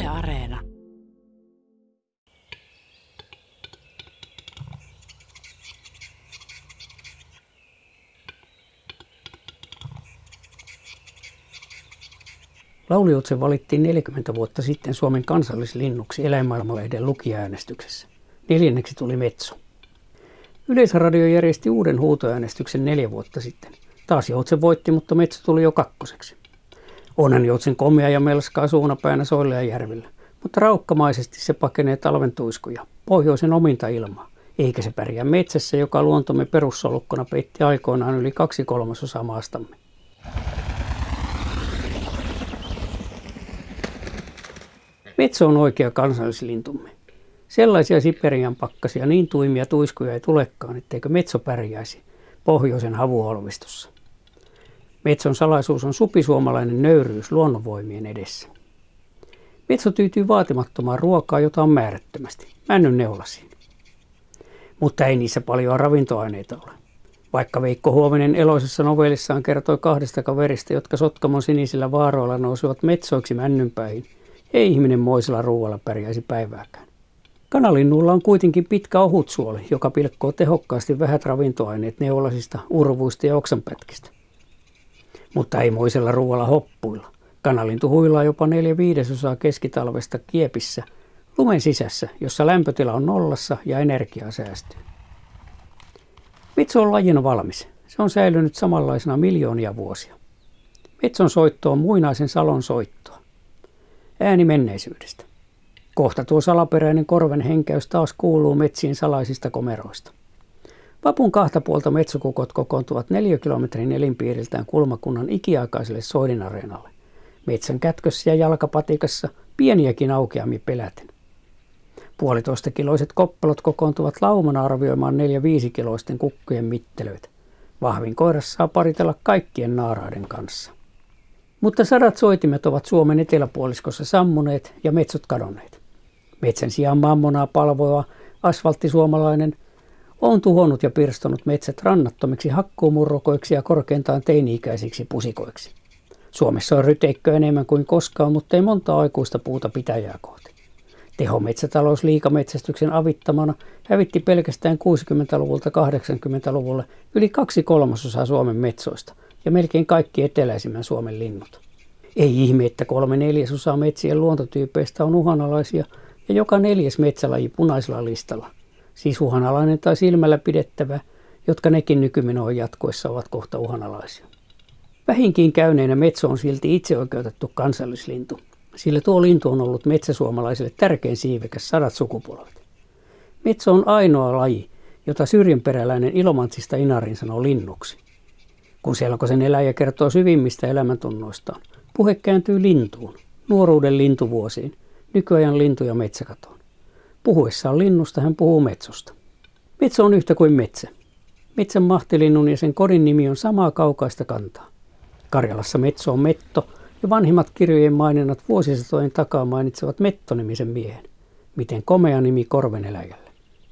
Yle Areena. Laulujoutsen valittiin 40 vuotta sitten Suomen kansallislinnuksi Eläinmaailma-lehden lukijaäänestyksessä. 4. tuli Metso. Yleisradio järjesti uuden huutoäänestyksen 4 vuotta sitten. Taas joutsen voitti, mutta Metso tuli jo 2. Onhan joutsen komea ja melskaa suunapäänä soilla ja järvillä, mutta raukkamaisesti se pakenee talven tuiskuja, pohjoisen ominta ilmaa. Eikä se pärjää metsässä, joka luontomme perussolukkona peitti aikoinaan yli 2/3 maastamme. Metso on oikea kansallislintumme. Sellaisia Siperian pakkasia niin tuimia tuiskuja ei tulekaan, etteikö Metso pärjäisi pohjoisen havuholvistossa. Metson salaisuus on supisuomalainen nöyryys luonnonvoimien edessä. Metso tyytyy vaatimattomaan ruokaa, jota on määrättömästi, männyn neulasiin. Mutta ei niissä paljon ravintoaineita ole. Vaikka Veikko Huovinen eloisessa novellissaan kertoi 2 kaverista, jotka Sotkamon sinisillä vaaroilla nousivat metsoiksi männynpäihin, ei ihminen moisella ruualla pärjäisi päivääkään. Kanalinnulla on kuitenkin pitkä ohut suoli, joka pilkkoo tehokkaasti vähät ravintoaineet neulasista, urvuista ja oksanpätkistä. Mutta ei moisella ruualla hoppuilla. Kanalintu huilaa jopa 4/5 keskitalvesta kiepissä, lumen sisässä, jossa lämpötila on nollassa ja energiaa säästyy. Metso on lajina valmis. Se on säilynyt samanlaisena miljoonia vuosia. Metson soitto on muinaisen salon soittoa. Ääni menneisyydestä. Kohta tuo salaperäinen korven henkäys taas kuuluu metsien salaisista komeroista. Vapun 2 puolta metsokukot kokoontuvat 4 kilometrin elinpiiriltään kulmakunnan ikiaikaiselle soidinareenalle. Metsän kätkössä ja jalkapatikassa pieniäkin aukeamia peläten. 1,5-kiloiset koppelot kokoontuvat laumana arvioimaan 4-5-kiloisten kukkujen mittelöitä. Vahvin koiras saa paritella kaikkien naaraiden kanssa. Mutta 100 soitimet ovat Suomen eteläpuoliskossa sammuneet ja metsot kadonneet. Metsän sijaan mammonaa palvoa asfalttisuomalainen on tuhonnut ja pirstonut metsät rannattomiksi hakkuumurrokoiksi ja korkeintaan teini-ikäisiksi pusikoiksi. Suomessa on ryteikköä enemmän kuin koskaan, mutta ei monta aikuista puuta pitäjää kohti. Tehometsätalous liikametsästyksen avittamana hävitti pelkästään 60-luvulta 80-luvulle yli 2/3 Suomen metsoista ja melkein kaikki eteläisimmän Suomen linnut. Ei ihme, että 3/4 metsien luontotyypeistä on uhanalaisia ja joka 4. metsälaji punaisella listalla. Siis uhanalainen tai silmällä pidettävä, jotka nekin nykymenoon jatkoessa ovat kohta uhanalaisia. Vähinkin käyneenä metso on silti itseoikeutettu kansallislintu, sillä tuo lintu on ollut metsäsuomalaisille tärkein siivekäs 100 sukupolvet. Metso on ainoa laji, jota syrjänperäläinen Ilomantsista Inarin sanoo linnuksi. Kun selkosen eläjä kertoo syvimmistä elämäntunnoistaan, puhe kääntyy lintuun, nuoruuden lintuvuosiin, nykyajan lintu- ja metsäkatoon. Puhuessaan linnusta hän puhuu metsosta. Metso on yhtä kuin metsä. Metsän mahtilinnun ja sen kodin nimi on samaa kaukaista kantaa. Karjalassa metso on metto ja vanhimmat kirjojen maininnat vuosisatojen takaa mainitsevat Metto-nimisen miehen. Miten komea nimi korveneläjälle.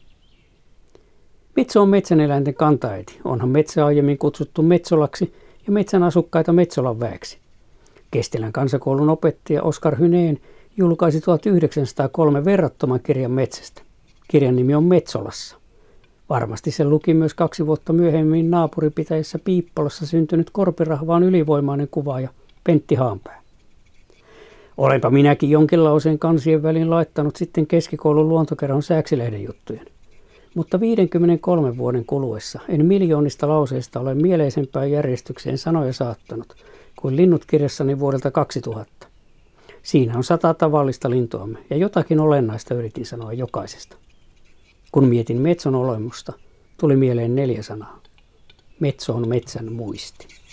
Metso on metsäneläinten kantaäiti. Onhan metsä aiemmin kutsuttu Metsolaksi ja metsän asukkaita Metsolan väeksi. Kestilän kansakoulun opettaja Oskar Hyneen julkaisi 1903 verrattoman kirjan metsästä. Kirjan nimi on Metsolassa. Varmasti sen luki myös 2 vuotta myöhemmin naapuripitäjässä Piippolassa syntynyt korpirahvaan ylivoimainen kuvaaja Pentti Haanpää. Olenpa minäkin jonkin lauseen kansien väliin laittanut sitten keskikoulun luontokerhon Sääksilehden juttujen. Mutta 53 vuoden kuluessa en miljoonista lauseista ole mieleisempään järjestykseen sanoja saattanut kuin linnut kirjassani vuodelta 2000. Siinä on 100 tavallista lintuamme ja jotakin olennaista yritin sanoa jokaisesta. Kun mietin metson olemusta, tuli mieleen 4 sanaa. Metso on metsän muisti.